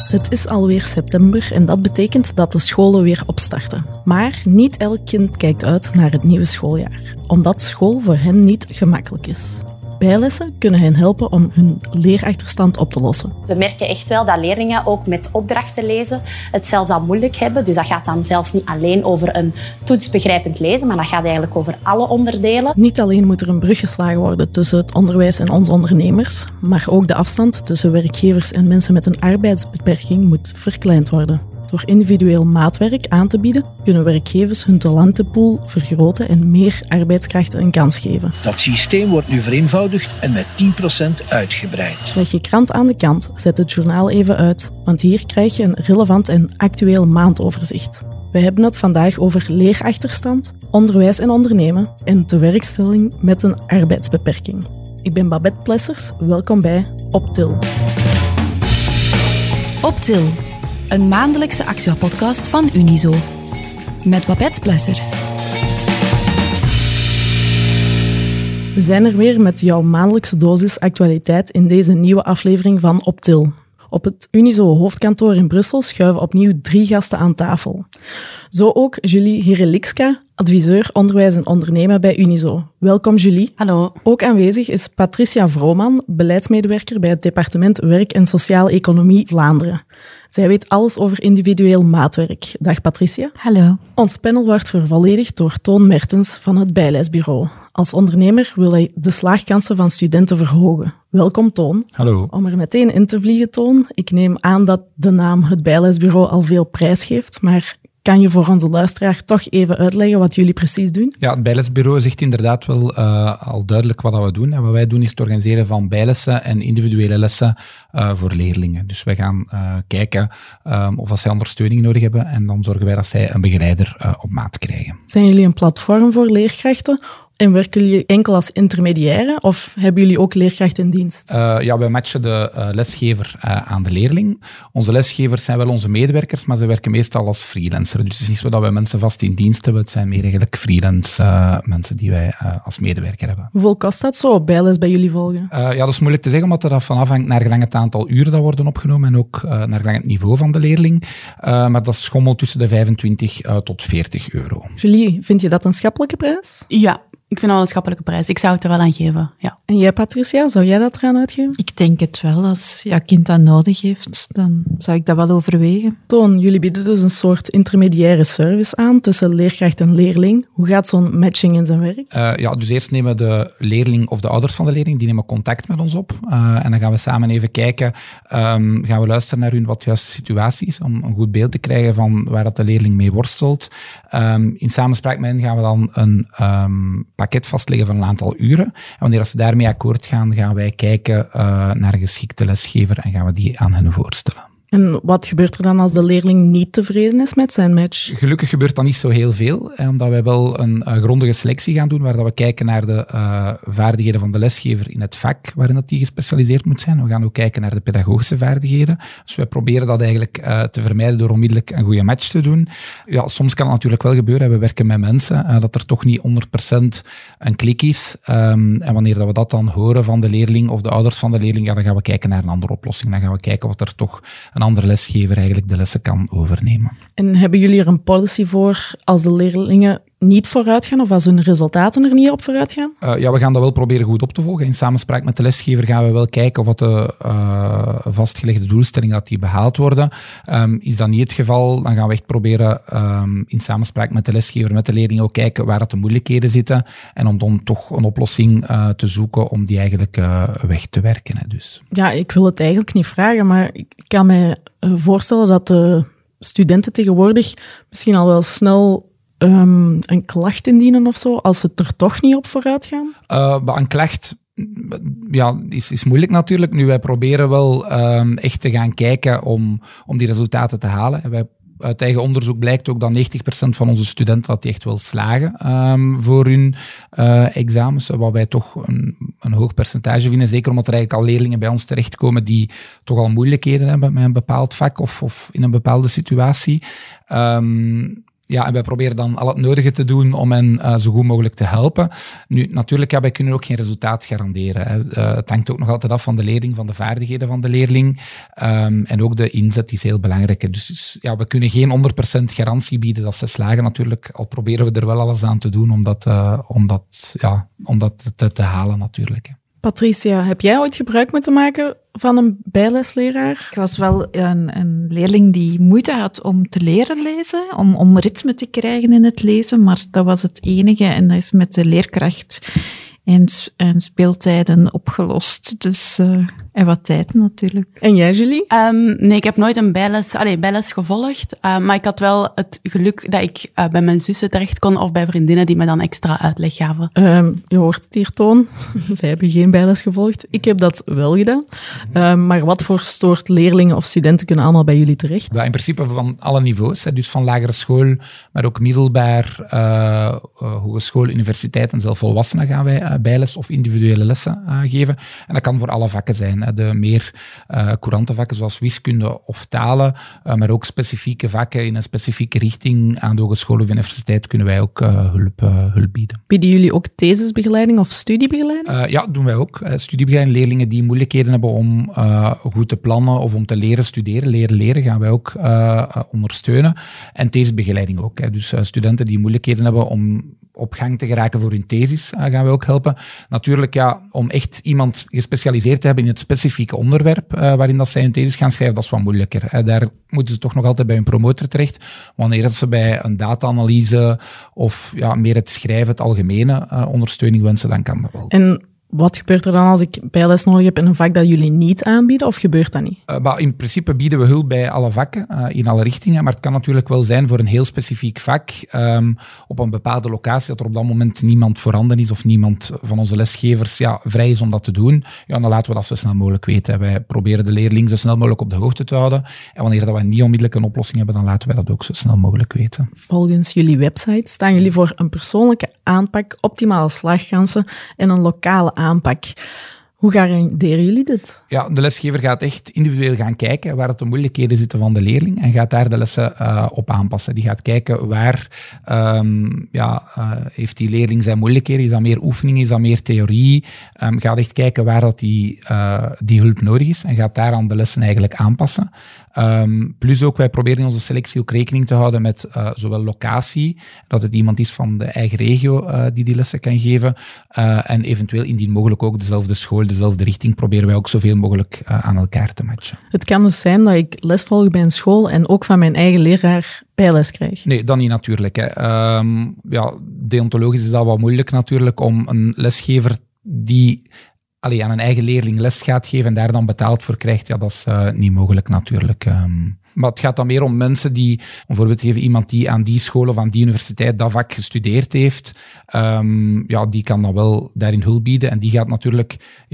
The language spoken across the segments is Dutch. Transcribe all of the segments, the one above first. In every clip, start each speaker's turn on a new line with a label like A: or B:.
A: Het is alweer september en dat betekent dat de scholen weer opstarten. Maar niet elk kind kijkt uit naar het nieuwe schooljaar, omdat school voor hen niet gemakkelijk is. Bijlessen kunnen hen helpen om hun leerachterstand op te lossen.
B: We merken echt wel dat leerlingen ook met opdrachten lezen het zelfs al moeilijk hebben. Dus dat gaat dan zelfs niet alleen over een toetsbegrijpend lezen, maar dat gaat eigenlijk over alle onderdelen.
A: Niet alleen moet er een brug geslagen worden tussen het onderwijs en onze ondernemers, maar ook de afstand tussen werkgevers en mensen met een arbeidsbeperking moet verkleind worden. Door individueel maatwerk aan te bieden, kunnen werkgevers hun talentenpool vergroten en meer arbeidskrachten een kans geven.
C: Dat systeem wordt nu vereenvoudigd en met 10% uitgebreid.
A: Leg je krant aan de kant, zet het journaal even uit, want hier krijg je een relevant en actueel maandoverzicht. We hebben het vandaag over leerachterstand, onderwijs en ondernemen en tewerkstelling met een arbeidsbeperking. Ik ben Babette Plessers, welkom bij Optil.
D: Optil, een maandelijkse Actua-podcast van Unizo. Met Babette Plessers.
A: We zijn er weer met jouw maandelijkse dosis actualiteit in deze nieuwe aflevering van Optil. Op het Unizo hoofdkantoor in Brussel schuiven opnieuw 3 gasten aan tafel. Zo ook Julie Hirelikska, adviseur onderwijs en ondernemen bij Unizo. Welkom Julie.
D: Hallo.
A: Ook aanwezig is Patricia Vrooman, beleidsmedewerker bij het departement Werk en Sociale Economie Vlaanderen. Zij weet alles over individueel maatwerk. Dag Patricia.
D: Hallo.
A: Ons panel wordt vervolledigd door Toon Mertens van het Bijlesbureau. Als ondernemer wil hij de slaagkansen van studenten verhogen. Welkom Toon.
E: Hallo.
A: Om er meteen in te vliegen, Toon. Ik neem aan dat de naam het Bijlesbureau al veel prijs geeft, maar kan je voor onze luisteraar toch even uitleggen wat jullie precies doen?
E: Ja, het bijlesbureau zegt inderdaad wel al duidelijk wat we doen. En wat wij doen is het organiseren van bijlessen en individuele lessen voor leerlingen. Dus wij gaan kijken of zij ondersteuning nodig hebben en dan zorgen wij dat zij een begeleider op maat krijgen.
A: Zijn jullie een platform voor leerkrachten? En werken jullie enkel als intermediaire of hebben jullie ook leerkrachten in dienst?
E: Ja, wij matchen de lesgever aan de leerling. Onze lesgevers zijn wel onze medewerkers, maar ze werken meestal als freelancer. Dus het is niet zo dat wij mensen vast in dienst hebben. Het zijn meer eigenlijk freelance mensen die wij als medewerker hebben.
A: Hoeveel kost dat zo op bijles bij jullie volgen?
E: Ja, dat is moeilijk te zeggen, omdat er af van afhangt naar gelang het aantal uren dat worden opgenomen en ook naar gelang het niveau van de leerling. Maar dat schommelt tussen de 25 tot 40 euro.
A: Julie, vind je dat een schappelijke prijs?
F: Ja, ik vind dat wel een schappelijke prijs. Ik zou het er wel aan geven, ja.
A: En jij, Patricia, zou jij dat eraan uitgeven?
G: Ik denk het wel. Als jouw kind dat nodig heeft, dan zou ik dat wel overwegen.
A: Toon, jullie bieden dus een soort intermediaire service aan tussen leerkracht en leerling. Hoe gaat zo'n matching in zijn werk?
E: Ja, dus eerst nemen de leerling of de ouders van de leerling, die nemen contact met ons op. En dan gaan we samen even kijken, gaan we luisteren naar hun wat de juiste situatie is, om een goed beeld te krijgen van waar dat de leerling mee worstelt. In samenspraak met hen gaan we dan een pakket vastleggen van een aantal uren. En wanneer ze daarmee akkoord gaan, gaan wij kijken naar een geschikte lesgever en gaan we die aan hen voorstellen.
A: En wat gebeurt er dan als de leerling niet tevreden is met zijn match?
E: Gelukkig gebeurt dat niet zo heel veel, omdat wij wel een grondige selectie gaan doen, waar dat we kijken naar de vaardigheden van de lesgever in het vak waarin dat die gespecialiseerd moet zijn. We gaan ook kijken naar de pedagogische vaardigheden. Dus wij proberen dat eigenlijk te vermijden door onmiddellijk een goede match te doen. Ja, soms kan het natuurlijk wel gebeuren, we werken met mensen, dat er toch niet 100% een klik is. En wanneer dat we dat dan horen van de leerling of de ouders van de leerling, ja, dan gaan we kijken naar een andere oplossing. Dan gaan we kijken of er toch een andere lesgever eigenlijk de lessen kan overnemen.
A: En hebben jullie er een policy voor als de leerlingen niet vooruit gaan of als hun resultaten er niet op vooruit gaan?
E: Ja, we gaan dat wel proberen goed op te volgen. In samenspraak met de lesgever gaan we wel kijken of de vastgelegde doelstellingen dat die behaald worden. Is dat niet het geval, dan gaan we echt proberen in samenspraak met de lesgever, met de leerling ook kijken waar dat de moeilijkheden zitten en om dan toch een oplossing te zoeken om die eigenlijk weg te werken. Hè, dus.
A: Ja, ik wil het eigenlijk niet vragen, maar ik kan me voorstellen dat de studenten tegenwoordig misschien al wel snel een klacht indienen of zo, als ze er toch niet op vooruit gaan?
E: Een klacht is moeilijk natuurlijk. Nu, wij proberen wel echt te gaan kijken om die resultaten te halen. Uit eigen onderzoek blijkt ook dat 90% van onze studenten dat die echt wel slagen voor hun examens, wat wij toch een hoog percentage vinden. Zeker omdat er eigenlijk al leerlingen bij ons terechtkomen die toch al moeilijkheden hebben met een bepaald vak of in een bepaalde situatie. en wij proberen dan al het nodige te doen om hen zo goed mogelijk te helpen. Nu, natuurlijk, wij kunnen ook geen resultaat garanderen. Hè. Het hangt ook nog altijd af van de leerling, van de vaardigheden van de leerling. En ook de inzet is heel belangrijk. Dus we kunnen geen 100% garantie bieden dat ze slagen natuurlijk. Al proberen we er wel alles aan te doen om dat te halen natuurlijk. Hè.
A: Patricia, heb jij ooit gebruik moeten maken van een bijlesleraar?
G: Ik was wel een leerling die moeite had om te leren lezen, om ritme te krijgen in het lezen, maar dat was het enige en dat is met de leerkracht en speeltijden opgelost. Dus, en wat tijd natuurlijk.
A: En jij, Julie?
F: Nee, ik heb nooit een bijles gevolgd. Maar ik had wel het geluk dat ik bij mijn zussen terecht kon of bij vriendinnen die me dan extra uitleg gaven.
A: Je hoort het hier, Toon. Zij hebben geen bijles gevolgd. Ik heb dat wel gedaan. Maar wat voor soort leerlingen of studenten kunnen allemaal bij jullie terecht?
E: In principe van alle niveaus. Dus van lagere school, maar ook middelbaar, hogeschool, universiteit en zelfs volwassenen gaan wij bijles of individuele lessen geven. En dat kan voor alle vakken zijn. De meer courante vakken zoals wiskunde of talen, maar ook specifieke vakken in een specifieke richting aan de hogeschool of universiteit kunnen wij ook hulp bieden.
A: Bieden jullie ook thesisbegeleiding of studiebegeleiding?
E: Ja, doen wij ook. Studiebegeleiding, leerlingen die moeilijkheden hebben om goed te plannen of om te leren studeren, leren, gaan wij ook ondersteunen. En thesisbegeleiding ook. Dus studenten die moeilijkheden hebben om op gang te geraken voor hun thesis, gaan wij ook helpen. Natuurlijk, om echt iemand gespecialiseerd te hebben in het specifieke onderwerp waarin dat zij hun thesis gaan schrijven, dat is wat moeilijker. Daar moeten ze toch nog altijd bij hun promotor terecht. Wanneer ze bij een data-analyse of meer het schrijven, het algemene ondersteuning wensen, dan kan dat wel.
A: En wat gebeurt er dan als ik bijles nodig heb in een vak dat jullie niet aanbieden, of gebeurt dat niet?
E: In principe bieden we hulp bij alle vakken, in alle richtingen, maar het kan natuurlijk wel zijn voor een heel specifiek vak, op een bepaalde locatie, dat er op dat moment niemand voorhanden is of niemand van onze lesgevers vrij is om dat te doen. Dan laten we dat zo snel mogelijk weten. Wij proberen de leerling zo snel mogelijk op de hoogte te houden. En wanneer dat we niet onmiddellijk een oplossing hebben, dan laten wij dat ook zo snel mogelijk weten. Volgens
A: jullie website staan jullie voor een persoonlijke aanpak, optimale slagkansen en een lokale aanpak. Hoe garanderen jullie dit?
E: De lesgever gaat echt individueel gaan kijken waar de moeilijkheden zitten van de leerling en gaat daar de lessen op aanpassen. Die gaat kijken waar heeft die leerling zijn moeilijkheden. Is dat meer oefening, is dat meer theorie? Gaat echt kijken waar dat die hulp nodig is en gaat daaraan de lessen eigenlijk aanpassen. Plus ook, wij proberen in onze selectie ook rekening te houden met zowel locatie, dat het iemand is van de eigen regio die lessen kan geven, en eventueel indien mogelijk ook dezelfde school, dezelfde richting, proberen wij ook zoveel mogelijk aan elkaar te matchen.
A: Het kan dus zijn dat ik les volg bij een school en ook van mijn eigen leraar bijles krijg?
E: Nee, dat niet natuurlijk. Hè. Deontologisch is dat wat moeilijk natuurlijk, om een lesgever die aan een eigen leerling les gaat geven en daar dan betaald voor krijgt, dat is niet mogelijk natuurlijk. Maar het gaat dan meer om mensen die, om voorbeeld te geven, iemand die aan die school of aan die universiteit dat vak gestudeerd heeft, die kan dan wel daarin hulp bieden en die gaat natuurlijk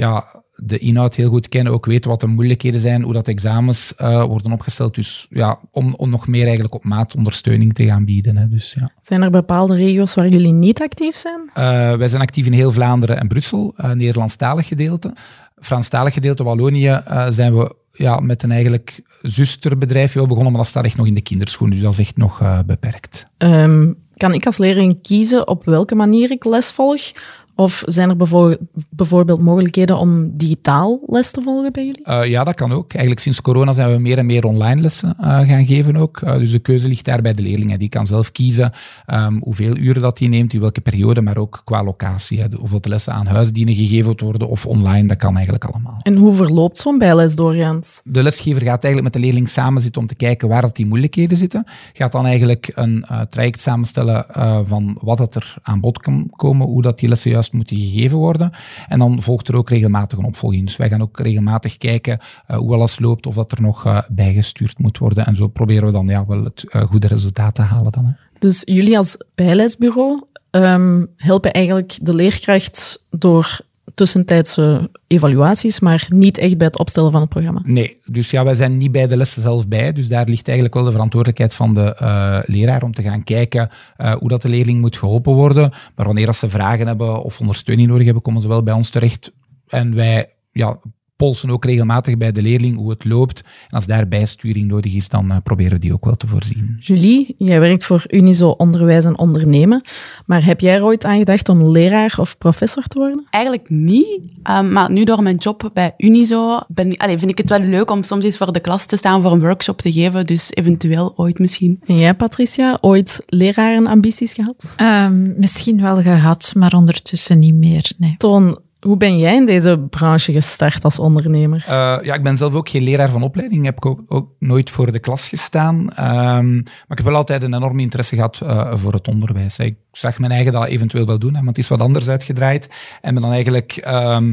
E: de inhoud heel goed kennen, ook weten wat de moeilijkheden zijn, hoe dat examens worden opgesteld. Dus om nog meer eigenlijk op maat ondersteuning te gaan bieden. Hè. Dus,
A: Zijn er bepaalde regio's waar jullie niet actief zijn?
E: Wij zijn actief in heel Vlaanderen en Brussel, Nederlandstalig gedeelte. Franstalig gedeelte, Wallonië, zijn we met een eigenlijk zusterbedrijfje wel begonnen, maar dat staat echt nog in de kinderschoenen, dus dat is echt nog beperkt.
A: Kan ik als leerling kiezen op welke manier ik les volg? Of zijn er bijvoorbeeld mogelijkheden om digitaal les te volgen bij jullie?
E: Ja, dat kan ook. Eigenlijk sinds corona zijn we meer en meer online lessen gaan geven ook. Dus de keuze ligt daar bij de leerling. Die kan zelf kiezen hoeveel uren dat hij neemt, in welke periode, maar ook qua locatie. Of de lessen aan huis dienen gegeven te worden of online, dat kan eigenlijk allemaal.
A: En hoe verloopt zo'n bijles doorgaans?
E: De lesgever gaat eigenlijk met de leerling samen zitten om te kijken waar dat die moeilijkheden zitten. Gaat dan eigenlijk een traject samenstellen van wat dat er aan bod kan komen, hoe dat die lessen juist moeten gegeven worden. En dan volgt er ook regelmatig een opvolging. Dus wij gaan ook regelmatig kijken hoe alles loopt, of dat er nog bijgestuurd moet worden. En zo proberen we dan wel het goede resultaat te halen dan. Hè.
A: Dus jullie als bijlesbureau helpen eigenlijk de leerkracht door tussentijdse evaluaties, maar niet echt bij het opstellen van het programma.
E: Nee, dus wij zijn niet bij de lessen zelf bij, dus daar ligt eigenlijk wel de verantwoordelijkheid van de leraar om te gaan kijken hoe dat de leerling moet geholpen worden. Maar wanneer ze vragen hebben of ondersteuning nodig hebben, komen ze wel bij ons terecht. En wij polsen ook regelmatig bij de leerling hoe het loopt. En als daar bijsturing nodig is, dan proberen we die ook wel te voorzien.
A: Julie, jij werkt voor Unizo Onderwijs en Ondernemen. Maar heb jij er ooit aan gedacht om leraar of professor te worden?
F: Eigenlijk niet, maar nu door mijn job bij Unizo vind ik het wel leuk om soms eens voor de klas te staan, voor een workshop te geven. Dus eventueel ooit misschien.
A: En jij, Patricia, ooit lerarenambities gehad?
G: Misschien wel gehad, maar ondertussen niet meer. Nee.
A: Toon, hoe ben jij in deze branche gestart als ondernemer?
E: Ik ben zelf ook geen leraar van opleiding. Heb ik ook nooit voor de klas gestaan. Maar ik heb wel altijd een enorme interesse gehad voor het onderwijs. Ik zag mijn eigen dat eventueel wel doen, want het is wat anders uitgedraaid. En ben dan eigenlijk...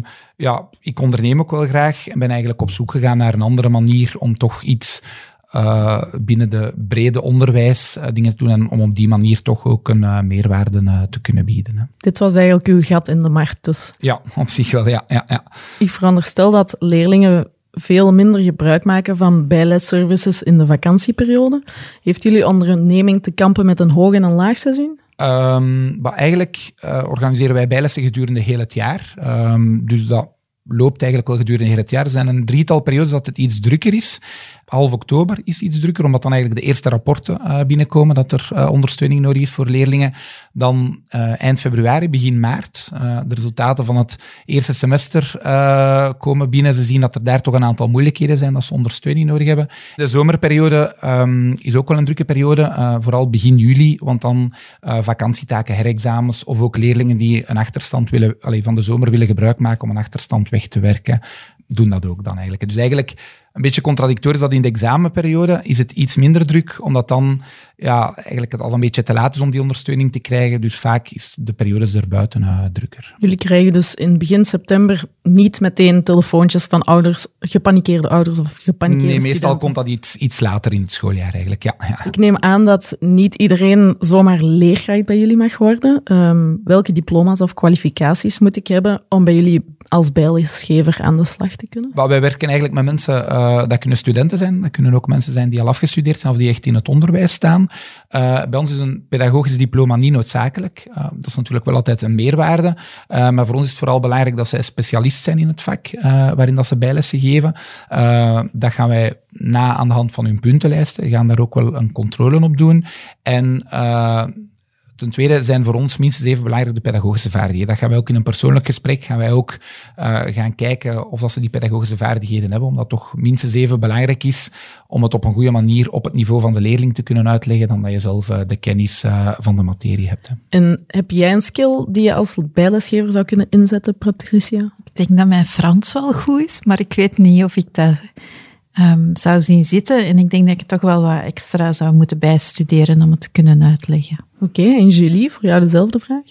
E: ik onderneem ook wel graag en ben eigenlijk op zoek gegaan naar een andere manier om toch iets... binnen de brede onderwijs dingen te doen en om op die manier toch ook een meerwaarde te kunnen bieden. Hè.
A: Dit was eigenlijk uw gat in de markt dus.
E: Ja, op zich wel, ja.
A: Ik veronderstel dat leerlingen veel minder gebruik maken van bijlesservices in de vakantieperiode. Heeft jullie onderneming te kampen met een hoog- en een laagseizoen?
E: Maar eigenlijk organiseren wij bijlessen gedurende heel het jaar. Dus dat loopt eigenlijk wel gedurende heel het jaar. Er zijn een drietal periodes dat het iets drukker is. Half oktober is iets drukker, omdat dan eigenlijk de eerste rapporten binnenkomen dat er ondersteuning nodig is voor leerlingen. Dan eind februari, begin maart. De resultaten van het eerste semester komen binnen. Ze zien dat er daar toch een aantal moeilijkheden zijn, dat ze ondersteuning nodig hebben. De zomerperiode is ook wel een drukke periode, vooral begin juli, want dan vakantietaken, herexamens of ook leerlingen die een achterstand van de zomer willen gebruik maken om een achterstand weg te werken, doen dat ook dan eigenlijk. Dus eigenlijk een beetje contradictorisch dat in de examenperiode is het iets minder druk, omdat dan eigenlijk het al een beetje te laat is om die ondersteuning te krijgen. Dus vaak is de periodes erbuiten drukker.
A: Jullie krijgen dus in begin september niet meteen telefoontjes van ouders, gepanikeerde ouders of gepanikeerde studenten?
E: Nee, meestal komt dat iets later in het schooljaar eigenlijk, ja.
A: Ik neem aan dat niet iedereen zomaar leerkracht bij jullie mag worden. Welke diploma's of kwalificaties moet ik hebben om bij jullie als bijlesgever aan de slag te kunnen?
E: Wij werken eigenlijk met mensen, dat kunnen studenten zijn, dat kunnen ook mensen zijn die al afgestudeerd zijn of die echt in het onderwijs staan. Bij ons is een pedagogisch diploma niet noodzakelijk. Dat is natuurlijk wel altijd een meerwaarde. Maar voor ons is het vooral belangrijk dat zij specialist zijn in het vak waarin dat ze bijlessen geven. Dat gaan wij na aan de hand van hun puntenlijsten. We gaan daar ook wel een controle op doen. En ten tweede zijn voor ons minstens even belangrijk de pedagogische vaardigheden. Dat gaan wij ook in een persoonlijk gesprek gaan kijken of dat ze die pedagogische vaardigheden hebben, omdat het toch minstens even belangrijk is om het op een goede manier op het niveau van de leerling te kunnen uitleggen dan dat je zelf de kennis van de materie hebt.
A: En heb jij een skill die je als bijlesgever zou kunnen inzetten, Patricia?
G: Ik denk dat mijn Frans wel goed is, maar ik weet niet of ik dat zou zien zitten. En ik denk dat ik toch wel wat extra zou moeten bijstuderen om het te kunnen uitleggen.
A: Oké, en Julie, voor jou dezelfde vraag?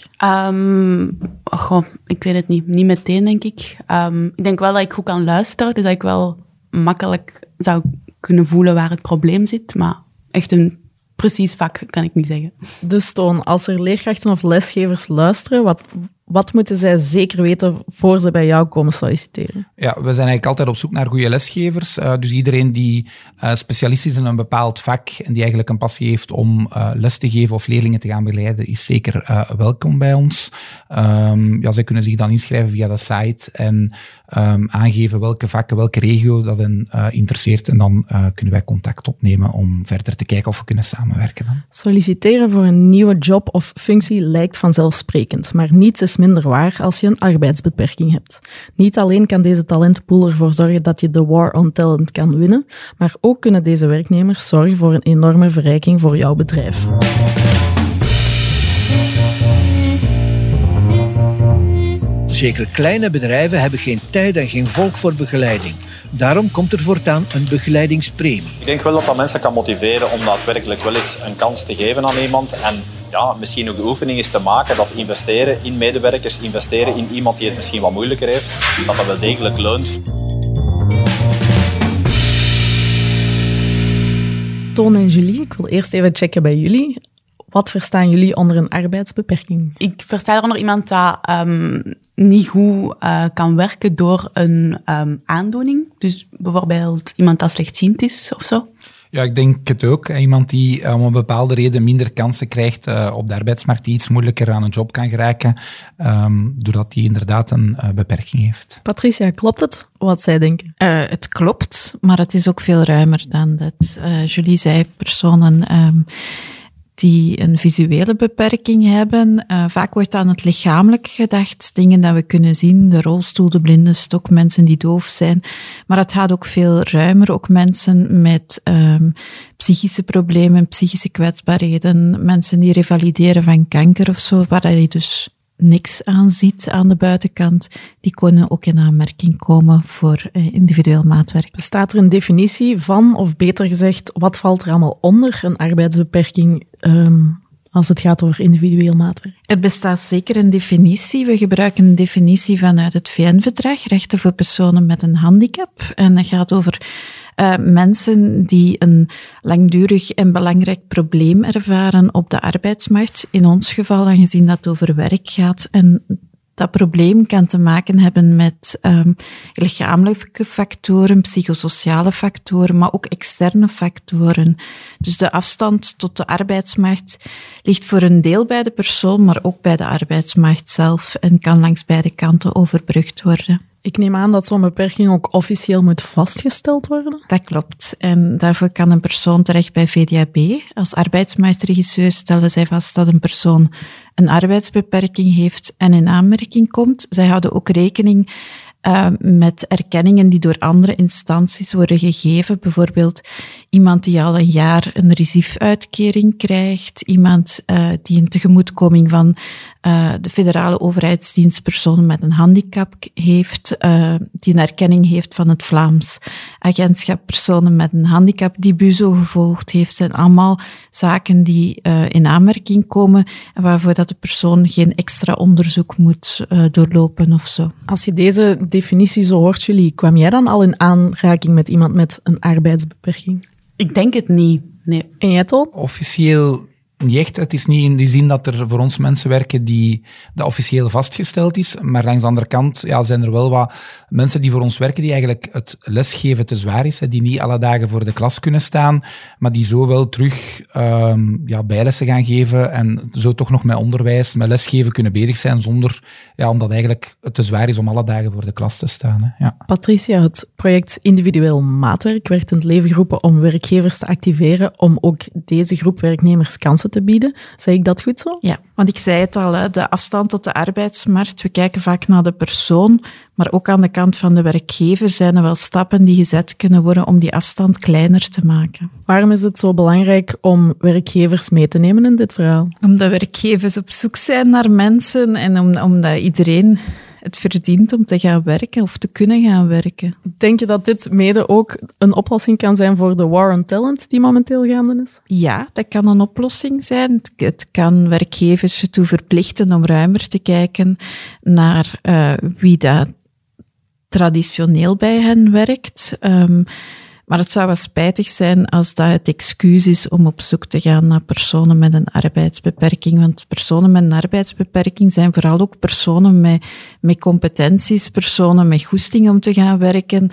F: Ik weet het niet. Niet meteen, denk ik. Ik denk wel dat ik goed kan luisteren, dus dat ik wel makkelijk zou kunnen voelen waar het probleem zit, maar echt een precies vak kan ik niet zeggen.
A: Dus Toon, als er leerkrachten of lesgevers luisteren, wat moeten zij zeker weten voor ze bij jou komen solliciteren? Ja,
E: we zijn eigenlijk altijd op zoek naar goede lesgevers. Dus iedereen die specialist is in een bepaald vak en die eigenlijk een passie heeft om les te geven of leerlingen te gaan begeleiden, is zeker welkom bij ons. Zij kunnen zich dan inschrijven via de site en aangeven welke vakken, welke regio dat hen interesseert. En dan kunnen wij contact opnemen om verder te kijken of we kunnen samenwerken. Dan.
A: Solliciteren voor een nieuwe job of functie lijkt vanzelfsprekend, maar niets is minder waar als je een arbeidsbeperking hebt. Niet alleen kan deze talentenpool ervoor zorgen dat je de War on Talent kan winnen, maar ook kunnen deze werknemers zorgen voor een enorme verrijking voor jouw bedrijf.
C: Zeker kleine bedrijven hebben geen tijd en geen volk voor begeleiding. Daarom komt er voortaan een begeleidingspremie.
H: Ik denk wel dat dat mensen kan motiveren om daadwerkelijk wel eens een kans te geven aan iemand. En misschien ook de oefening is te maken dat investeren in medewerkers, investeren in iemand die het misschien wat moeilijker heeft, dat dat wel degelijk loont.
A: Toon en Julie, ik wil eerst even checken bij jullie. Wat verstaan jullie onder een arbeidsbeperking?
F: Ik versta eronder iemand dat niet goed kan werken door een aandoening. Dus bijvoorbeeld iemand dat slechtziend is of zo.
E: Ja, ik denk het ook. Iemand die om een bepaalde reden minder kansen krijgt op de arbeidsmarkt, die iets moeilijker aan een job kan geraken, doordat hij inderdaad een beperking heeft.
A: Patricia, klopt het wat zij denken?
G: Het klopt, maar het is ook veel ruimer dan dat. Julie zei personen die een visuele beperking hebben. Vaak wordt aan het lichamelijk gedacht, dingen dat we kunnen zien, de rolstoel, de blinde stok, mensen die doof zijn. Maar het gaat ook veel ruimer, ook mensen met psychische problemen, psychische kwetsbaarheden, mensen die revalideren van kanker of zo, waar je dus niks aan ziet aan de buitenkant, die kunnen ook in aanmerking komen voor individueel maatwerk.
A: Bestaat er een definitie van, of beter gezegd, wat valt er allemaal onder een arbeidsbeperking als het gaat over individueel maatwerk?
G: Er bestaat zeker een definitie. We gebruiken een definitie vanuit het VN-verdrag, Rechten voor personen met een handicap. En dat gaat over mensen die een langdurig en belangrijk probleem ervaren op de arbeidsmarkt. In ons geval, aangezien dat over werk gaat. En dat probleem kan te maken hebben met lichamelijke factoren, psychosociale factoren, maar ook externe factoren. Dus de afstand tot de arbeidsmarkt ligt voor een deel bij de persoon, maar ook bij de arbeidsmarkt zelf en kan langs beide kanten overbrugd worden.
A: Ik neem aan dat zo'n beperking ook officieel moet vastgesteld worden?
G: Dat klopt. En daarvoor kan een persoon terecht bij VDAB. Als arbeidsmarktregisseur stellen zij vast dat een persoon een arbeidsbeperking heeft en in aanmerking komt. Zij houden ook rekening met erkenningen die door andere instanties worden gegeven. Bijvoorbeeld iemand die al een jaar een RISIF-uitkering krijgt, iemand die een tegemoetkoming van de federale overheidsdienst personen met een handicap heeft, die een erkenning heeft van het Vlaams agentschap personen met een handicap, die BUZO gevolgd heeft. Zijn allemaal zaken die in aanmerking komen en waarvoor dat de persoon geen extra onderzoek moet doorlopen of zo.
A: Als je deze definitie zo hoort, Julie, kwam jij dan al in aanraking met iemand met een arbeidsbeperking?
F: Ik denk het niet, nee.
A: En jij, Tol?
E: Officieel niet echt. Het is niet in die zin dat er voor ons mensen werken die dat officieel vastgesteld is, maar langs de andere kant zijn er wel wat mensen die voor ons werken die eigenlijk het lesgeven te zwaar is, die niet alle dagen voor de klas kunnen staan, maar die zo wel terug bijlessen gaan geven en zo toch nog met onderwijs, met lesgeven kunnen bezig zijn zonder, omdat eigenlijk het te zwaar is om alle dagen voor de klas te staan. Hè. Ja.
A: Patricia, het project Individueel Maatwerk werd in het leven geroepen om werkgevers te activeren om ook deze groep werknemers kansen te bieden. Zeg ik dat goed zo?
G: Ja, want ik zei het al, de afstand tot de arbeidsmarkt. We kijken vaak naar de persoon, maar ook aan de kant van de werkgever zijn er wel stappen die gezet kunnen worden om die afstand kleiner te maken.
A: Waarom is het zo belangrijk om werkgevers mee te nemen in dit verhaal?
G: Omdat werkgevers op zoek zijn naar mensen en omdat iedereen het verdient om te gaan werken of te kunnen gaan werken.
A: Denk je dat dit mede ook een oplossing kan zijn voor de war on talent die momenteel gaande is?
G: Ja, dat kan een oplossing zijn. Het kan werkgevers ertoe verplichten om ruimer te kijken naar wie dat traditioneel bij hen werkt. Maar het zou wel spijtig zijn als dat het excuus is om op zoek te gaan naar personen met een arbeidsbeperking. Want personen met een arbeidsbeperking zijn vooral ook personen met competenties, personen met goesting om te gaan werken,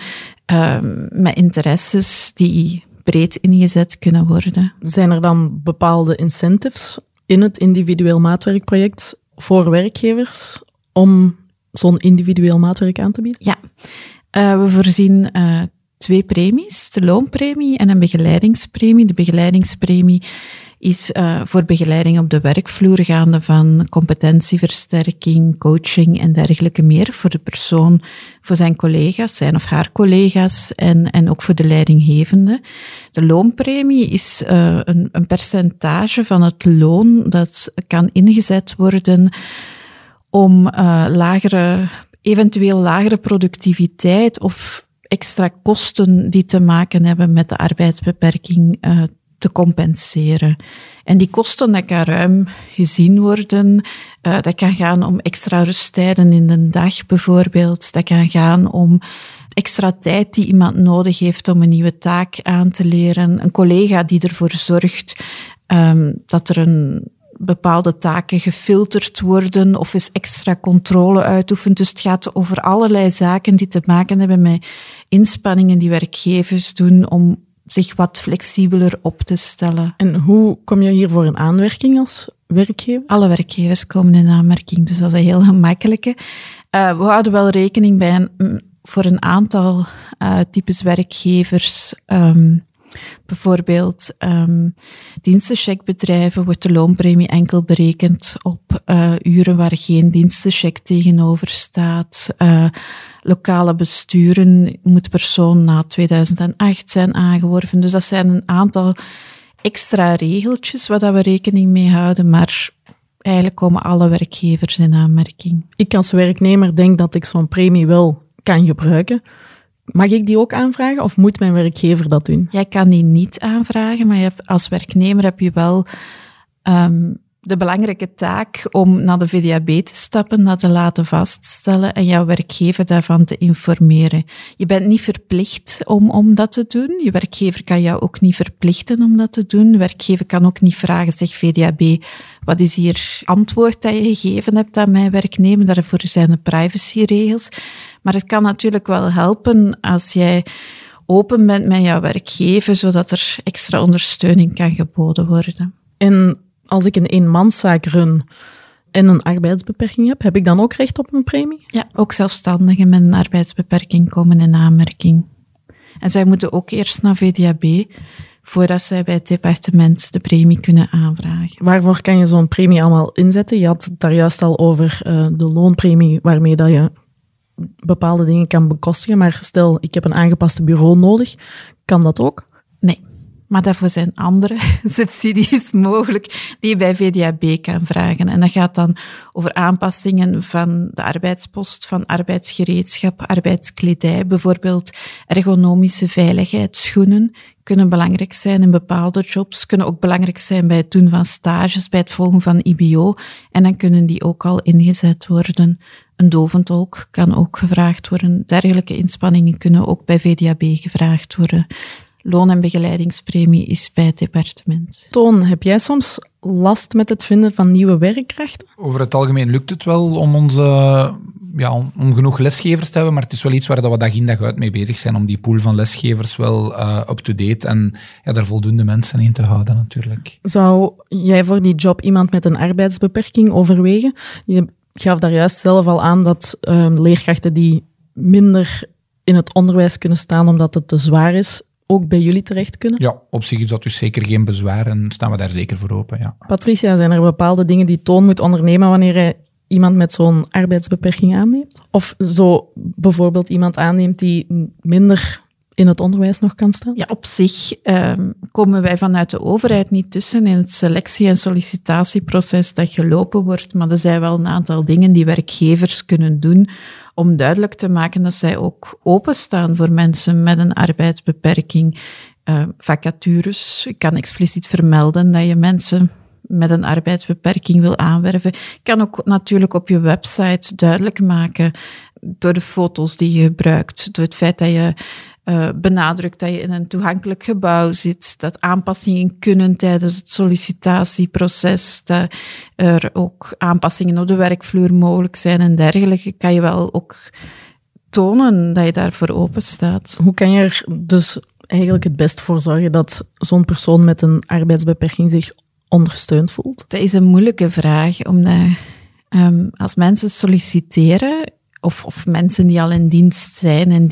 G: met interesses die breed ingezet kunnen worden.
A: Zijn er dan bepaalde incentives in het individueel maatwerkproject voor werkgevers om zo'n individueel maatwerk aan te bieden?
G: Ja, we voorzien 2 premies, de loonpremie en een begeleidingspremie. De begeleidingspremie is voor begeleiding op de werkvloer gaande van competentieversterking, coaching en dergelijke meer voor de persoon, voor zijn collega's, zijn of haar collega's en ook voor de leidinggevende. De loonpremie is een percentage van het loon dat kan ingezet worden om eventueel lagere productiviteit of extra kosten die te maken hebben met de arbeidsbeperking te compenseren. En die kosten, dat kan ruim gezien worden. Dat kan gaan om extra rusttijden in de dag bijvoorbeeld. Dat kan gaan om extra tijd die iemand nodig heeft om een nieuwe taak aan te leren. Een collega die ervoor zorgt dat er bepaalde taken gefilterd worden of eens extra controle uitoefent. Dus het gaat over allerlei zaken die te maken hebben met inspanningen die werkgevers doen om zich wat flexibeler op te stellen.
A: En hoe kom je hier voor een aanmerking als werkgever?
G: Alle werkgevers komen in aanmerking, dus dat is een heel gemakkelijke. We houden wel rekening bij voor een aantal types werkgevers. Bijvoorbeeld dienstencheckbedrijven wordt de loonpremie enkel berekend op uren waar geen dienstencheck tegenover staat. Lokale besturen moet persoon na 2008 zijn aangeworven. Dus dat zijn een aantal extra regeltjes waar we rekening mee houden, maar eigenlijk komen alle werkgevers in aanmerking. Ik
A: als werknemer denk dat ik zo'n premie wel kan gebruiken. Mag ik die ook aanvragen of moet mijn werkgever dat doen?
G: Jij kan die niet aanvragen, maar als werknemer heb je wel de belangrijke taak om naar de VDAB te stappen, dat te laten vaststellen en jouw werkgever daarvan te informeren. Je bent niet verplicht om dat te doen. Je werkgever kan jou ook niet verplichten om dat te doen. De werkgever kan ook niet vragen, zeg VDAB, wat is hier antwoord dat je gegeven hebt aan mijn werknemer? Daarvoor zijn de privacyregels. Maar het kan natuurlijk wel helpen als jij open bent met jouw werkgever, zodat er extra ondersteuning kan geboden worden.
A: En als ik een eenmanszaak run en een arbeidsbeperking heb ik dan ook recht op een premie?
G: Ja, ook zelfstandigen met een arbeidsbeperking komen in aanmerking. En zij moeten ook eerst naar VDAB voordat zij bij het departement de premie kunnen aanvragen.
A: Waarvoor kan je zo'n premie allemaal inzetten? Je had het daar juist al over de loonpremie, waarmee dat je bepaalde dingen kan bekostigen. Maar stel, ik heb een aangepaste bureau nodig. Kan dat ook?
G: Nee. Maar daarvoor zijn andere subsidies mogelijk die je bij VDAB kan vragen. En dat gaat dan over aanpassingen van de arbeidspost, van arbeidsgereedschap, arbeidskledij. Bijvoorbeeld ergonomische veiligheidsschoenen kunnen belangrijk zijn in bepaalde jobs, kunnen ook belangrijk zijn bij het doen van stages, bij het volgen van IBO. En dan kunnen die ook al ingezet worden. Een doventolk kan ook gevraagd worden. Dergelijke inspanningen kunnen ook bij VDAB gevraagd worden. Loon- en begeleidingspremie is bij het departement.
A: Toon, heb jij soms last met het vinden van nieuwe werkkrachten?
E: Over het algemeen lukt het wel om om genoeg lesgevers te hebben, maar het is wel iets waar we dag in dag uit mee bezig zijn, om die pool van lesgevers wel up-to-date en daar voldoende mensen in te houden natuurlijk.
A: Zou jij voor die job iemand met een arbeidsbeperking overwegen? Je gaf daar juist zelf al aan dat leerkrachten die minder in het onderwijs kunnen staan omdat het te zwaar is, ook bij jullie terecht kunnen?
E: Ja, op zich is dat dus zeker geen bezwaar en staan we daar zeker voor open. Ja.
A: Patricia, zijn er bepaalde dingen die Toon moet ondernemen wanneer hij iemand met zo'n arbeidsbeperking aanneemt? Of zo bijvoorbeeld iemand aanneemt die minder in het onderwijs nog kan staan?
G: Ja, op zich komen wij vanuit de overheid niet tussen in het selectie- en sollicitatieproces dat gelopen wordt, maar er zijn wel een aantal dingen die werkgevers kunnen doen om duidelijk te maken dat zij ook openstaan voor mensen met een arbeidsbeperking. Vacatures, ik kan expliciet vermelden dat je mensen met een arbeidsbeperking wil aanwerven. Je kan ook natuurlijk op je website duidelijk maken, door de foto's die je gebruikt, door het feit dat je benadrukt dat je in een toegankelijk gebouw zit, dat aanpassingen kunnen tijdens het sollicitatieproces, dat er ook aanpassingen op de werkvloer mogelijk zijn en dergelijke, kan je wel ook tonen dat je daarvoor open staat.
A: Hoe kan je er dus eigenlijk het best voor zorgen dat zo'n persoon met een arbeidsbeperking zich ondersteund voelt?
G: Dat is een moeilijke vraag, omdat als mensen solliciteren, of mensen die al in dienst zijn en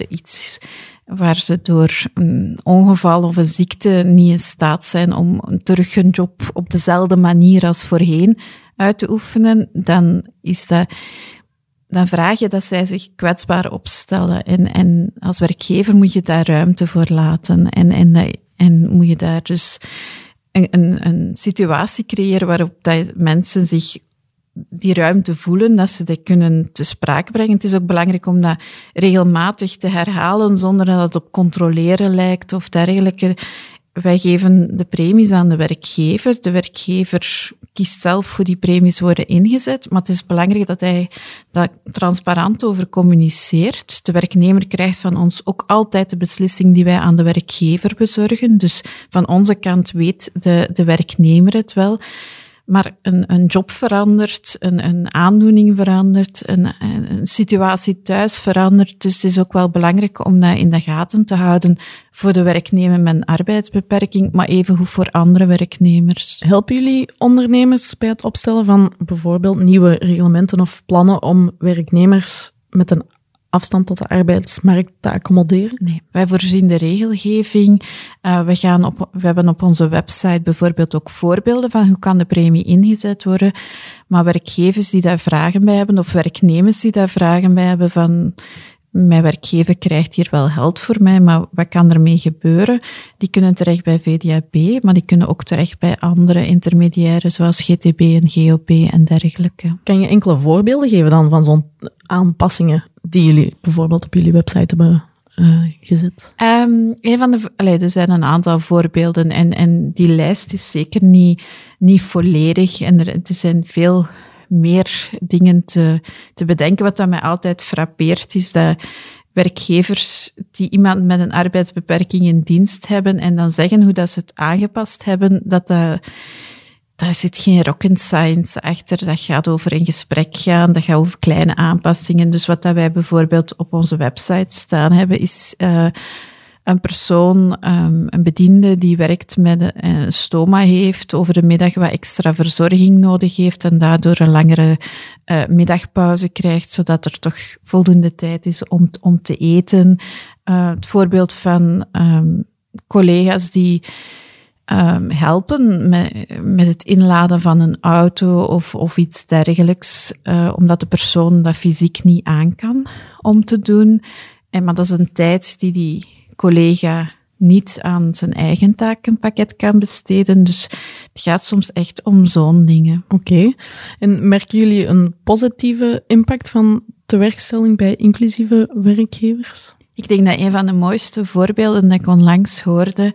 G: waar ze door een ongeval of een ziekte niet in staat zijn om terug hun job op dezelfde manier als voorheen uit te oefenen, dan vraag je dat zij zich kwetsbaar opstellen. En als werkgever moet je daar ruimte voor laten. En moet je daar dus een situatie creëren waarop dat mensen zich die ruimte voelen, dat ze dat kunnen te sprake brengen. Het is ook belangrijk om dat regelmatig te herhalen, zonder dat het op controleren lijkt of dergelijke. Wij geven de premies aan de werkgever. De werkgever kiest zelf hoe die premies worden ingezet, maar het is belangrijk dat hij daar transparant over communiceert. De werknemer krijgt van ons ook altijd de beslissing die wij aan de werkgever bezorgen. Dus van onze kant weet de werknemer het wel. Maar een job verandert, een aandoening verandert, een situatie thuis verandert. Dus het is ook wel belangrijk om dat in de gaten te houden voor de werknemer met een arbeidsbeperking, maar evengoed voor andere werknemers.
A: Helpen jullie ondernemers bij het opstellen van bijvoorbeeld nieuwe reglementen of plannen om werknemers met een afstand tot de arbeidsmarkt te accommoderen?
G: Nee, wij voorzien de regelgeving. We hebben op onze website bijvoorbeeld ook voorbeelden van hoe kan de premie ingezet worden. Maar werkgevers die daar vragen bij hebben, of werknemers die daar vragen bij hebben van mijn werkgever krijgt hier wel geld voor mij, maar wat kan ermee gebeuren? Die kunnen terecht bij VDAB, maar die kunnen ook terecht bij andere intermediairen, zoals GTB en GOB en dergelijke.
A: Kan je enkele voorbeelden geven dan van zo'n aanpassingen die jullie bijvoorbeeld op jullie website hebben gezet?
G: Er zijn een aantal voorbeelden en die lijst is zeker niet volledig en er zijn veel meer dingen te bedenken. Wat dat mij altijd frappeert is dat werkgevers die iemand met een arbeidsbeperking in dienst hebben en dan zeggen hoe dat ze het aangepast hebben, daar zit geen rocket science achter. Dat gaat over in gesprek gaan, dat gaat over kleine aanpassingen. Dus wat dat wij bijvoorbeeld op onze website staan hebben, is een persoon, een bediende die werkt met een stoma heeft, over de middag wat extra verzorging nodig heeft en daardoor een langere middagpauze krijgt, zodat er toch voldoende tijd is om te eten. Het voorbeeld van collega's die helpen met het inladen van een auto of iets dergelijks, omdat de persoon dat fysiek niet aan kan om te doen. Maar dat is een tijd die collega niet aan zijn eigen takenpakket kan besteden. Dus het gaat soms echt om zo'n dingen.
A: Oké. En merken jullie een positieve impact van tewerkstelling bij inclusieve werkgevers?
G: Ik denk dat een van de mooiste voorbeelden dat ik onlangs hoorde,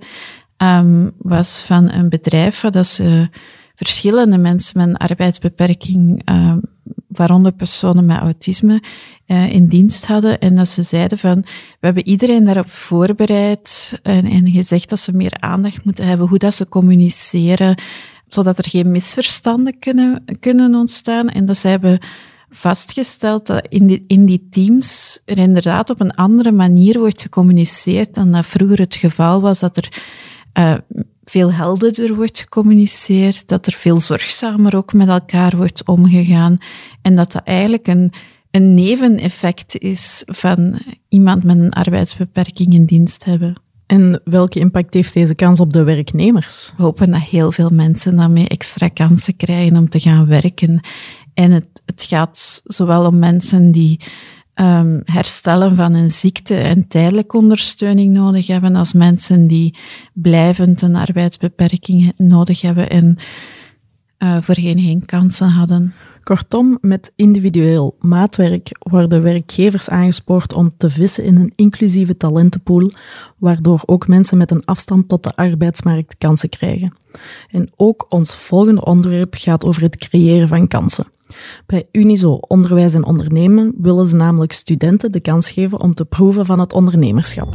G: was van een bedrijf dat ze verschillende mensen met een arbeidsbeperking, waaronder personen met autisme, in dienst hadden. En dat ze zeiden van, we hebben iedereen daarop voorbereid en gezegd dat ze meer aandacht moeten hebben, hoe dat ze communiceren, zodat er geen misverstanden kunnen ontstaan. En dat ze hebben vastgesteld dat in die teams er inderdaad op een andere manier wordt gecommuniceerd dan dat vroeger het geval was, dat er veel helderder wordt gecommuniceerd, dat er veel zorgzamer ook met elkaar wordt omgegaan en dat eigenlijk een neveneffect is van iemand met een arbeidsbeperking in dienst hebben.
A: En welke impact heeft deze kans op de werknemers?
G: We hopen dat heel veel mensen daarmee extra kansen krijgen om te gaan werken. En het gaat zowel om mensen die herstellen van een ziekte en tijdelijke ondersteuning nodig hebben, als mensen die blijvend een arbeidsbeperking nodig hebben en voorheen geen kansen hadden.
A: Kortom, met individueel maatwerk worden werkgevers aangespoord om te vissen in een inclusieve talentenpool, waardoor ook mensen met een afstand tot de arbeidsmarkt kansen krijgen. En ook ons volgende onderwerp gaat over het creëren van kansen. Bij Unizo Onderwijs en Ondernemen willen ze namelijk studenten de kans geven om te proeven van het ondernemerschap.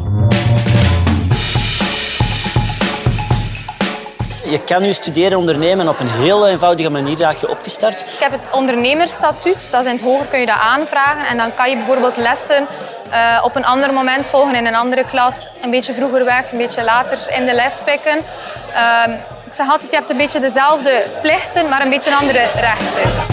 I: Je kan je studeren en ondernemen op een heel eenvoudige manier dat je opgestart.
J: Ik heb het ondernemersstatuut, dat is in het hoger kun je dat aanvragen. En dan kan je bijvoorbeeld lessen op een ander moment volgen in een andere klas. Een beetje vroeger weg, een beetje later in de les pikken. Ik zeg altijd, je hebt een beetje dezelfde plichten, maar een beetje andere rechten.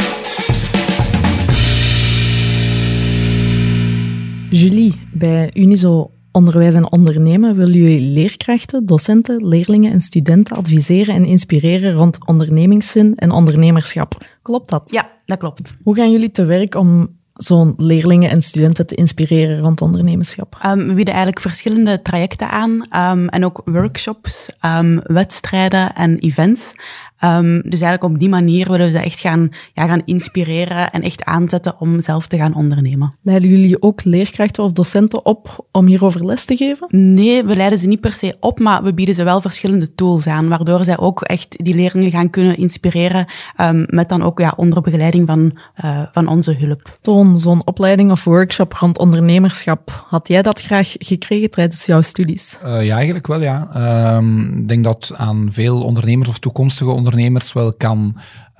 A: Julie, bij Unizo Onderwijs en Ondernemen willen jullie leerkrachten, docenten, leerlingen en studenten adviseren en inspireren rond ondernemingszin en ondernemerschap. Klopt dat?
F: Ja, dat klopt.
A: Hoe gaan jullie te werk om zo'n leerlingen en studenten te inspireren rond ondernemerschap?
F: We bieden eigenlijk verschillende trajecten aan en ook workshops, wedstrijden en events. Dus eigenlijk op die manier willen we ze echt gaan inspireren en echt aanzetten om zelf te gaan ondernemen.
A: Leiden jullie ook leerkrachten of docenten op om hierover les te geven?
F: Nee, we leiden ze niet per se op, maar we bieden ze wel verschillende tools aan, waardoor zij ook echt die leerlingen gaan kunnen inspireren, met dan ook onder begeleiding van onze hulp.
A: Toon, zo'n opleiding of workshop rond ondernemerschap, had jij dat graag gekregen tijdens jouw studies?
E: Ja, eigenlijk wel, ja. Ik denk dat aan veel ondernemers of toekomstige ondernemers ondernemers wel kan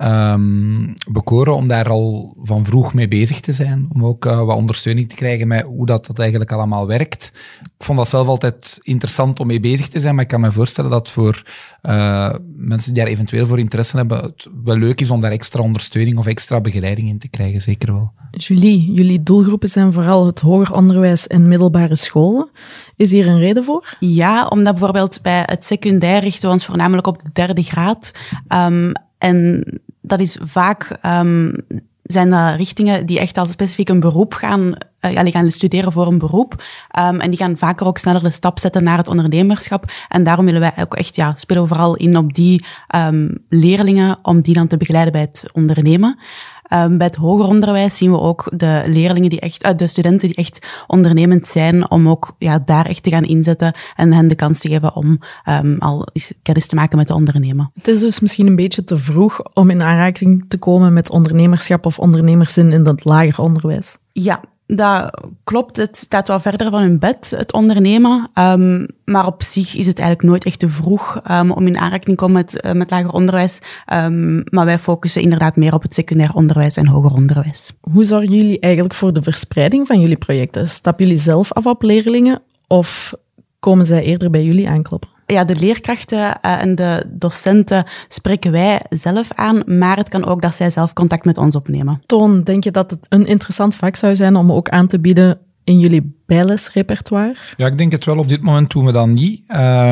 E: bekoren om daar al van vroeg mee bezig te zijn. Om ook wat ondersteuning te krijgen met hoe dat eigenlijk allemaal werkt. Ik vond dat zelf altijd interessant om mee bezig te zijn, maar ik kan me voorstellen dat voor mensen die daar eventueel voor interesse hebben, het wel leuk is om daar extra ondersteuning of extra begeleiding in te krijgen, zeker wel.
A: Julie, jullie doelgroepen zijn vooral het hoger onderwijs en middelbare scholen. Is hier een reden voor?
F: Ja, omdat bijvoorbeeld bij het secundair richten we ons voornamelijk op de 3e graad. En dat is vaak... zijn dat richtingen die echt al specifiek een beroep gaan studeren voor een beroep. En die gaan vaker ook sneller de stap zetten naar het ondernemerschap. En daarom willen wij ook echt, spelen we vooral in op die leerlingen om die dan te begeleiden bij het ondernemen. Bij het hoger onderwijs zien we ook de leerlingen de studenten die echt ondernemend zijn, om ook daar echt te gaan inzetten en hen de kans te geven om al eens kennis te maken met het ondernemen. Het
A: is dus misschien een beetje te vroeg om in aanraking te komen met ondernemerschap of ondernemerszin in het lager onderwijs.
F: Ja, dat klopt. Het staat wel verder van hun bed, het ondernemen. Maar op zich is het eigenlijk nooit echt te vroeg om in aanraking te komen met lager onderwijs. Maar wij focussen inderdaad meer op het secundair onderwijs en hoger onderwijs.
A: Hoe zorgen jullie eigenlijk voor de verspreiding van jullie projecten? Stappen jullie zelf af op leerlingen of komen zij eerder bij jullie aankloppen?
F: Ja, de leerkrachten en de docenten spreken wij zelf aan, maar het kan ook dat zij zelf contact met ons opnemen.
A: Toon, denk je dat het een interessant vak zou zijn om ook aan te bieden in jullie bijlesrepertoire?
E: Ja, ik denk het wel. Op dit moment doen we dat niet.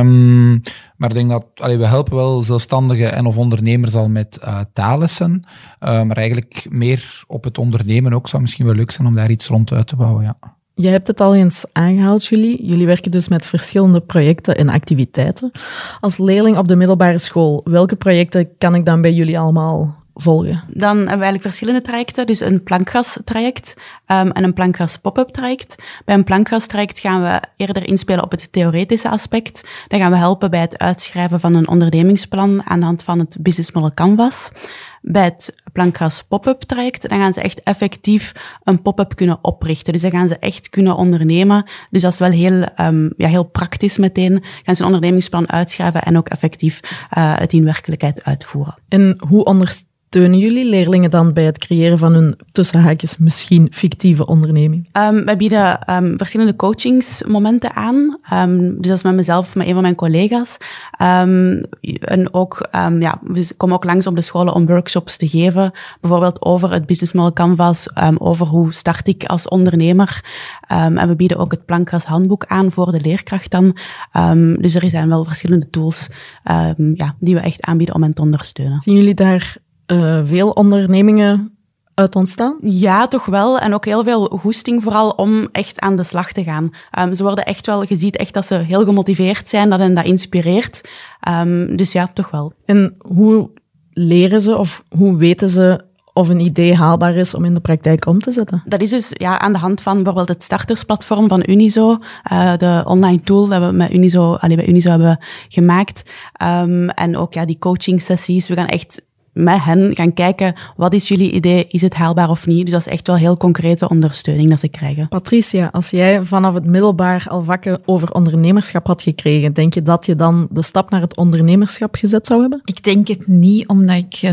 E: Maar ik denk dat we helpen wel zelfstandigen en of ondernemers al met taallessen. Maar eigenlijk meer op het ondernemen ook zou misschien wel leuk zijn om daar iets rond uit te bouwen, ja.
A: Je hebt het al eens aangehaald, Julie. Jullie werken dus met verschillende projecten en activiteiten. Als leerling op de middelbare school, welke projecten kan ik dan bij jullie allemaal volgen?
F: Dan hebben we eigenlijk verschillende trajecten. Dus een plankgastraject en een plankgas pop-up traject. Bij een plankgastraject gaan we eerder inspelen op het theoretische aspect. Dan gaan we helpen bij het uitschrijven van een ondernemingsplan aan de hand van het Business Model Canvas. Bij het plankgas pop-up traject, dan gaan ze echt effectief een pop-up kunnen oprichten. Dus dan gaan ze echt kunnen ondernemen. Dus dat is wel heel praktisch meteen. Gaan ze een ondernemingsplan uitschrijven en ook effectief het in werkelijkheid uitvoeren.
A: En hoe ondersteunen jullie leerlingen dan bij het creëren van hun, tussen haakjes, misschien fictieve onderneming?
F: Wij bieden verschillende coachingsmomenten aan. Dus dat is met mezelf, met een van mijn collega's. En ook, we komen ook langs op de scholen om workshops te geven. Bijvoorbeeld over het Business Model Canvas, over hoe start ik als ondernemer. En we bieden ook het plankgas handboek aan voor de leerkracht dan. Dus er zijn wel verschillende tools die we echt aanbieden om hen te ondersteunen.
A: Zien jullie daar veel ondernemingen uit ontstaan?
F: Ja, toch wel. En ook heel veel goesting vooral om echt aan de slag te gaan. Ze worden echt wel, je ziet echt dat ze heel gemotiveerd zijn, dat hen dat inspireert. Dus ja, toch wel.
A: En hoe leren ze of hoe weten ze of een idee haalbaar is om in de praktijk om te zetten?
F: Dat is dus aan de hand van bijvoorbeeld het startersplatform van Unizo, de online tool dat we met bij Unizo hebben gemaakt. En ook die coaching sessies. We gaan echt met hen gaan kijken, wat is jullie idee, is het haalbaar of niet? Dus dat is echt wel heel concrete ondersteuning dat ze krijgen.
A: Patricia, als jij vanaf het middelbaar al vakken over ondernemerschap had gekregen, denk je dat je dan de stap naar het ondernemerschap gezet zou hebben?
G: Ik denk het niet, omdat ik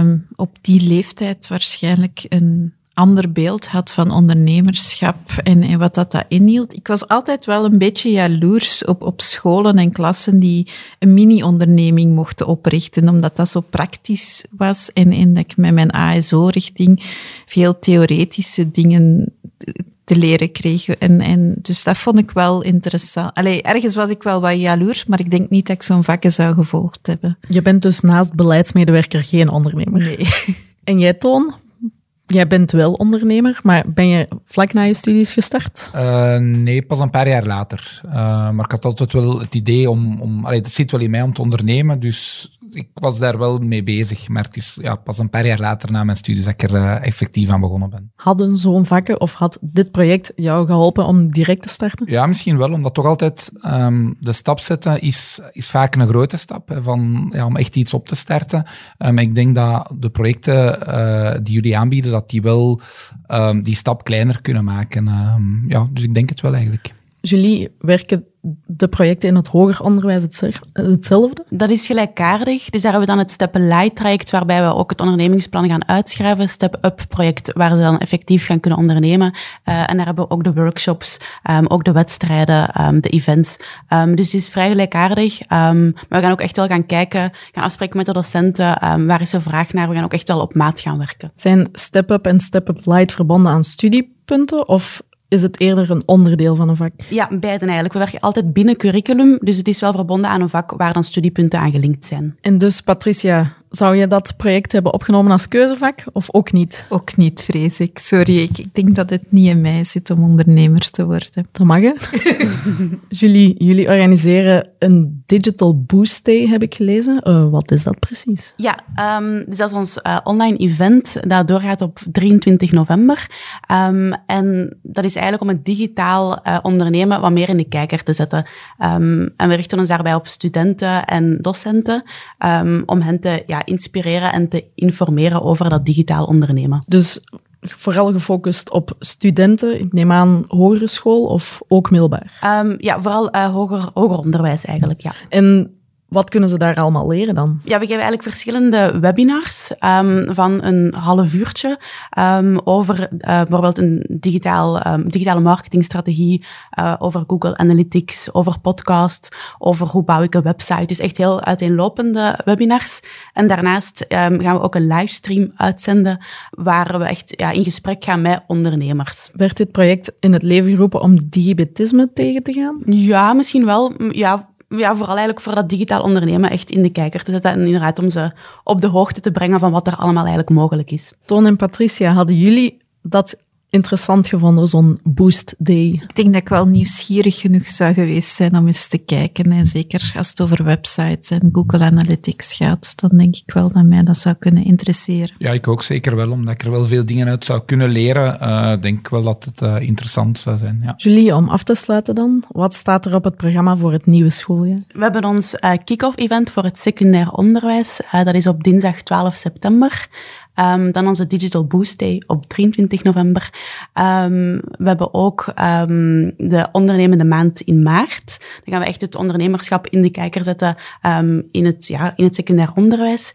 G: op die leeftijd waarschijnlijk een ander beeld had van ondernemerschap en wat dat inhield. Ik was altijd wel een beetje jaloers op scholen en klassen die een mini-onderneming mochten oprichten, omdat dat zo praktisch was en dat ik met mijn ASO-richting veel theoretische dingen te leren kreeg. En dus dat vond ik wel interessant. Ergens was ik wel wat jaloers, maar ik denk niet dat ik zo'n vakken zou gevolgd hebben.
A: Je bent dus naast beleidsmedewerker geen ondernemer?
G: Nee.
A: En jij, Toon? Jij bent wel ondernemer, maar ben je vlak na je studies gestart?
E: Nee, pas een paar jaar later. Maar ik had altijd wel het idee om het zit wel in mij om te ondernemen, dus ik was daar wel mee bezig. Maar het is pas een paar jaar later na mijn studies dat ik er effectief aan begonnen ben.
A: Hadden zo'n vakken of had dit project jou geholpen om direct te starten?
E: Ja, misschien wel, omdat toch altijd de stap zetten is vaak een grote stap om echt iets op te starten. Ik denk dat de projecten die jullie aanbieden, dat die wel die stap kleiner kunnen maken. Dus ik denk het wel eigenlijk.
A: Julie, werken de projecten in het hoger onderwijs hetzelfde?
F: Dat is gelijkaardig. Dus daar hebben we dan het Step-Light-traject, waarbij we ook het ondernemingsplan gaan uitschrijven. Step-Up-project, waar ze dan effectief gaan kunnen ondernemen. En daar hebben we ook de workshops, ook de wedstrijden, de events. Dus het is vrij gelijkaardig. Maar we gaan ook echt wel gaan kijken, gaan afspreken met de docenten. Waar is er vraag naar? We gaan ook echt wel op maat gaan werken.
A: Zijn Step-Up en Step-Up-Light verbonden aan studiepunten of is het eerder een onderdeel van een vak?
F: Ja, beiden eigenlijk. We werken altijd binnen curriculum, dus het is wel verbonden aan een vak waar dan studiepunten aan gelinkt zijn.
A: En dus, Patricia, zou je dat project hebben opgenomen als keuzevak of ook niet?
G: Ook niet, vrees ik. Sorry, ik denk dat het niet in mij zit om ondernemer te worden.
A: Dat mag, hè? Julie, jullie organiseren een Digital Boost Day, heb ik gelezen. Wat is dat precies?
F: Ja, dus dat is ons online event dat doorgaat op 23 november. En dat is eigenlijk om het digitaal ondernemen wat meer in de kijker te zetten. En we richten ons daarbij op studenten en docenten om hen te inspireren en te informeren over dat digitaal ondernemen.
A: Dus vooral gefocust op studenten, ik neem aan hogere school of ook middelbaar?
F: Ja, vooral hoger onderwijs eigenlijk, ja.
A: En wat kunnen ze daar allemaal leren dan?
F: Ja, we geven eigenlijk verschillende webinars van een half uurtje over bijvoorbeeld een digitale marketingstrategie, over Google Analytics, over podcasts, over hoe bouw ik een website. Dus echt heel uiteenlopende webinars. En daarnaast gaan we ook een livestream uitzenden waar we echt in gesprek gaan met ondernemers.
A: Werd dit project in het leven geroepen om digibetisme tegen te gaan?
F: Ja, misschien wel. Ja, vooral eigenlijk voor dat digitaal ondernemen echt in de kijker te zetten en inderdaad om ze op de hoogte te brengen van wat er allemaal eigenlijk mogelijk is.
A: Toon en Patricia, hadden jullie dat interessant gevonden, zo'n Boost Day?
G: Ik denk dat ik wel nieuwsgierig genoeg zou geweest zijn om eens te kijken. En zeker als het over websites en Google Analytics gaat, dan denk ik wel dat mij dat zou kunnen interesseren.
E: Ja, ik ook zeker wel, omdat ik er wel veel dingen uit zou kunnen leren. Ik denk wel dat het interessant zou zijn. Ja.
A: Julie, om af te sluiten dan, wat staat er op het programma voor het nieuwe schooljaar?
F: We hebben ons kick-off event voor het secundair onderwijs. Dat is op dinsdag 12 september. Dan onze Digital Boost Day op 23 november. We hebben ook de ondernemende maand in maart. Dan gaan we echt het ondernemerschap in de kijker zetten in het secundair onderwijs.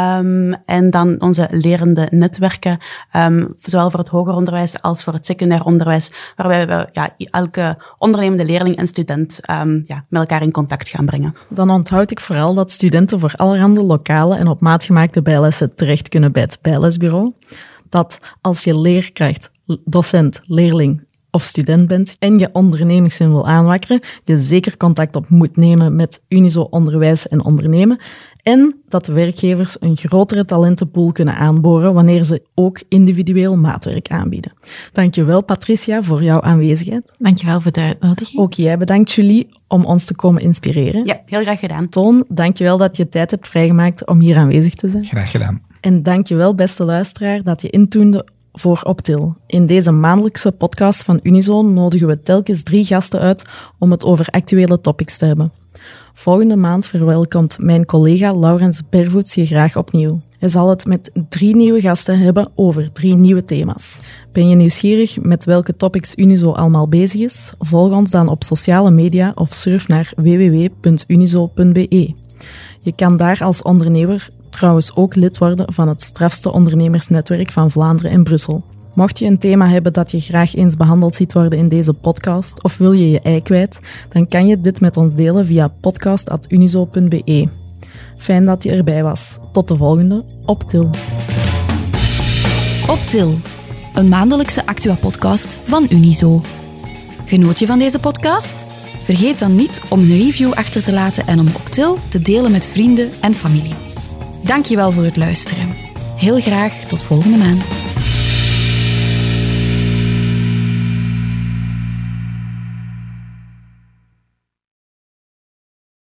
F: En dan onze lerende netwerken, zowel voor het hoger onderwijs als voor het secundair onderwijs, waarbij we elke ondernemende leerling en student met elkaar in contact gaan brengen.
A: Dan onthoud ik vooral dat studenten voor allerhande lokale en op maat gemaakte bijlessen terecht kunnen bij het bijlesbureau. Dat als je leerkracht, docent, leerling of student bent en je ondernemingszin wil aanwakkeren, je zeker contact op moet nemen met Unizo Onderwijs en Ondernemen. En dat de werkgevers een grotere talentenpool kunnen aanboren wanneer ze ook individueel maatwerk aanbieden. Dankjewel, Patricia, voor jouw aanwezigheid.
G: Dankjewel voor de uitnodiging.
A: Ook jij bedankt, Julie, om ons te komen inspireren.
F: Ja, heel graag gedaan.
A: Toon, dankjewel dat je tijd hebt vrijgemaakt om hier aanwezig te zijn.
E: Graag gedaan.
A: En dankjewel, beste luisteraar, dat je intoende voor Optil. In deze maandelijkse podcast van Unizo nodigen we telkens 3 gasten uit om het over actuele topics te hebben. Volgende maand verwelkomt mijn collega Laurens Bervoets je graag opnieuw. Hij zal het met 3 nieuwe gasten hebben over 3 nieuwe thema's. Ben je nieuwsgierig met welke topics Unizo allemaal bezig is? Volg ons dan op sociale media of surf naar www.unizo.be. Je kan daar als ondernemer trouwens ook lid worden van het strafste ondernemersnetwerk van Vlaanderen en Brussel. Mocht je een thema hebben dat je graag eens behandeld ziet worden in deze podcast of wil je je ei kwijt, dan kan je dit met ons delen via podcast@unizo.be. Fijn dat je erbij was. Tot de volgende Optil.
D: Optil, een maandelijkse Actua-podcast van Unizo. Genoot je van deze podcast? Vergeet dan niet om een review achter te laten en om Optil te delen met vrienden en familie. Dankjewel voor het luisteren. Heel graag tot volgende maand.